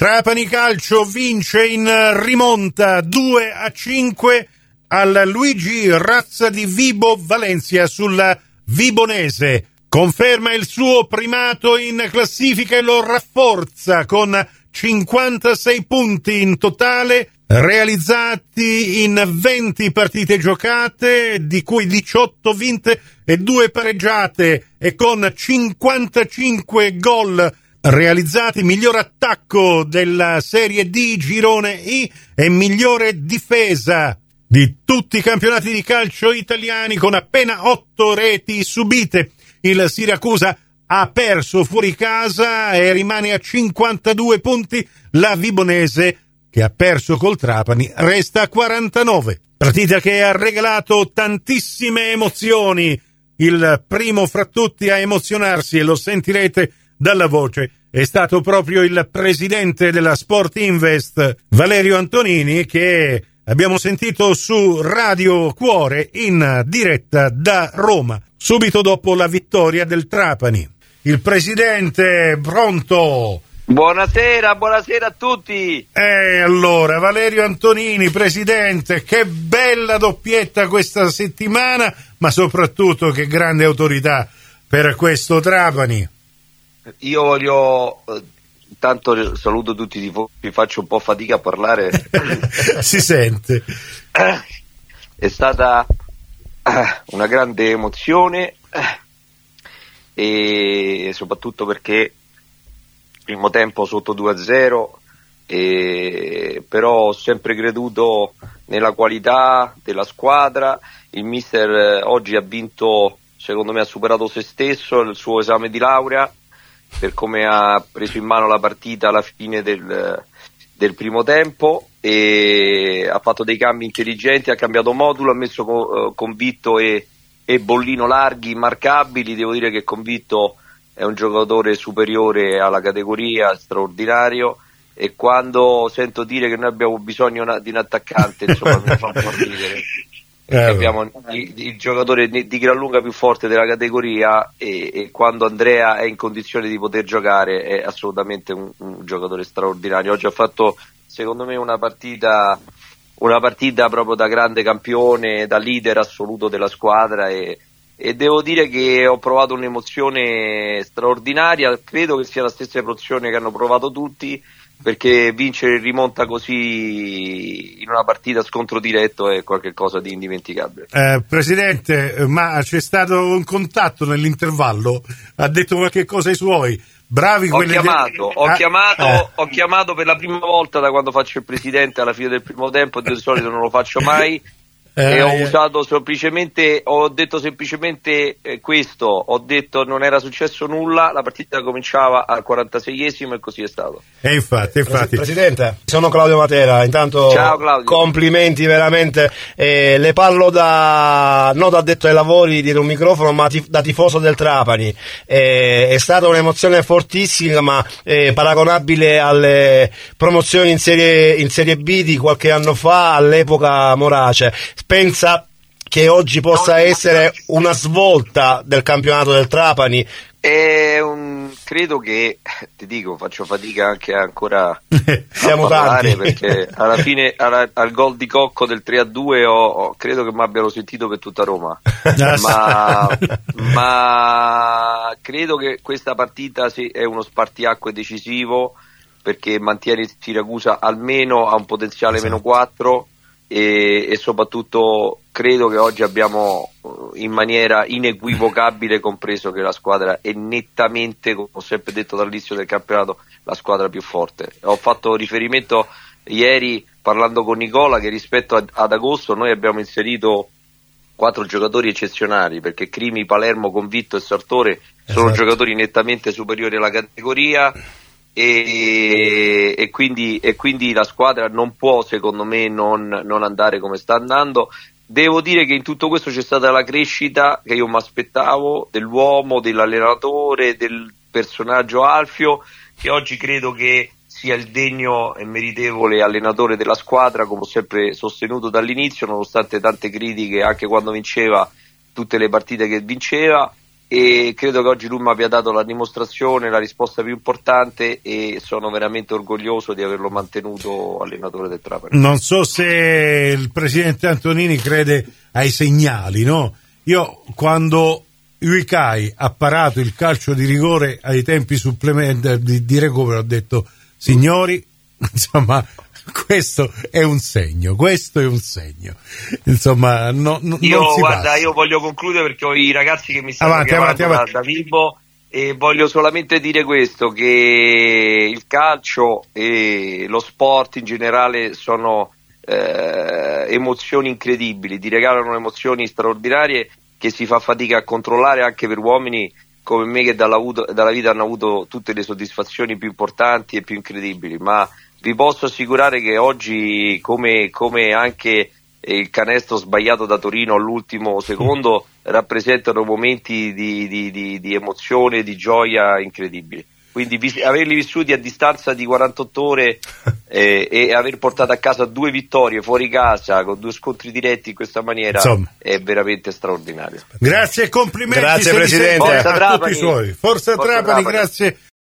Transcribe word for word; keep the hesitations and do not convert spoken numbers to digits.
Trapani Calcio vince in rimonta due a cinque al Luigi Razza di Vibo Valencia sulla Vibonese. Conferma il suo primato in classifica e lo rafforza con cinquantasei punti in totale, realizzati in venti partite giocate, di cui diciotto vinte e due pareggiate, e con cinquantacinque gol realizzati. Miglior attacco della Serie D Girone I e migliore difesa di tutti i campionati di calcio italiani, con appena otto reti subite. Il Siracusa ha perso fuori casa e rimane a cinquantadue punti. La Vibonese, che ha perso col Trapani, resta a quarantanove. Partita che ha regalato tantissime emozioni. Il primo fra tutti a emozionarsi, e lo sentirete dalla voce, è stato proprio il presidente della Sport Invest, Valerio Antonini, che abbiamo sentito su Radio Cuore in diretta da Roma, subito dopo la vittoria del Trapani. Il presidente, pronto? Buonasera, buonasera a tutti. E allora, Valerio Antonini, presidente, che bella doppietta questa settimana, ma soprattutto che grande autorità per questo Trapani. Io voglio, intanto saluto tutti i tifosi, faccio un po' fatica a parlare. Si sente. È stata una grande emozione, e soprattutto perché primo tempo sotto due a zero, e però ho sempre creduto nella qualità della squadra. Il mister oggi ha vinto, secondo me ha superato se stesso, il suo esame di laurea, per come ha preso in mano la partita alla fine del, del primo tempo, e ha fatto dei cambi intelligenti, ha cambiato modulo, ha messo uh, Convitto e, e Bollino larghi, immarcabili. Devo dire che Convitto è un giocatore superiore alla categoria, straordinario, e quando sento dire che noi abbiamo bisogno di un attaccante, insomma, mi fa un po' ridere. Eh, abbiamo il, il giocatore di gran lunga più forte della categoria, e, e quando Andrea è in condizione di poter giocare è assolutamente un, un giocatore straordinario. Oggi ha fatto, secondo me, una partita una partita proprio da grande campione, da leader assoluto della squadra, e, e devo dire che ho provato un'emozione straordinaria. Credo che sia la stessa emozione che hanno provato tutti, perché vincere in rimonta così in una partita scontro diretto è qualcosa di indimenticabile. Eh, Presidente, ma c'è stato un contatto nell'intervallo? Ha detto qualche cosa ai suoi? Bravi ho chiamato, de... ho, ah, chiamato eh. ho chiamato per la prima volta da quando faccio il presidente alla fine del primo tempo, di solito non lo faccio mai. Eh, e ho eh. usato semplicemente, ho detto semplicemente eh, questo, ho detto non era successo nulla, la partita cominciava al quarantaseiesimo e così è stato. E infatti, infatti. Presidente, sono Claudio Matera, intanto ciao Claudio. Complimenti veramente, eh, le parlo da non da addetto ai lavori dietro un microfono, ma tif- da tifoso del Trapani. Eh, è stata un'emozione fortissima, ma eh, paragonabile alle promozioni in serie, in serie B di qualche anno fa, all'epoca Morace. Pensa che oggi possa essere una svolta del campionato del Trapani? È un, credo che, ti dico, faccio fatica anche ancora Siamo a parlare tanti. Perché alla fine alla, al gol di Cocco del tre a due ho, ho, credo che mi abbiano sentito per tutta Roma. ma, ma credo che questa partita sì, è uno spartiacque decisivo, perché mantiene il Siracusa almeno a un potenziale esatto. meno quattro. E, e soprattutto credo che oggi abbiamo in maniera inequivocabile compreso che la squadra è nettamente, come ho sempre detto dall'inizio del campionato, la squadra più forte. Ho fatto riferimento ieri parlando con Nicola che rispetto ad, ad agosto noi abbiamo inserito quattro giocatori eccezionali, perché Crimi, Palermo, Convitto e Sartore sono esatto. giocatori nettamente superiori alla categoria. E, e, quindi, e quindi la squadra non può, secondo me, non, non andare come sta andando. Devo dire che in tutto questo c'è stata la crescita che io mi aspettavo dell'uomo, dell'allenatore, del personaggio Alfio, che oggi credo che sia il degno e meritevole allenatore della squadra, come ho sempre sostenuto dall'inizio, nonostante tante critiche anche quando vinceva tutte le partite che vinceva. e credo che oggi lui mi abbia dato la dimostrazione, la risposta più importante, e sono veramente orgoglioso di averlo mantenuto allenatore del Trapani. Non so se il presidente Antonini crede ai segnali, no? Io quando Uicai ha parato il calcio di rigore ai tempi supplementi di, di recupero ho detto, signori, insomma, questo è un segno, questo è un segno. Insomma, no, no, io non si guarda, passa. io voglio concludere perché ho i ragazzi che mi stanno Avanti, chiamando avanti, avanti. Da, da Vibo, e voglio solamente dire questo, che il calcio e lo sport in generale sono eh, emozioni incredibili, ti regalano emozioni straordinarie che si fa fatica a controllare, anche per uomini come me che dalla, avuto, dalla vita hanno avuto tutte le soddisfazioni più importanti e più incredibili, ma vi posso assicurare che oggi, come, come anche il canestro sbagliato da Torino all'ultimo secondo, rappresentano momenti di, di, di, di emozione, di gioia incredibili. Quindi vis- averli vissuti a distanza di quarantotto ore eh, e aver portato a casa due vittorie fuori casa con due scontri diretti in questa maniera, insomma, è veramente straordinario. Grazie e complimenti. Grazie Presidente. A tutti i suoi. Forza, Forza Trapani, Trapani, grazie.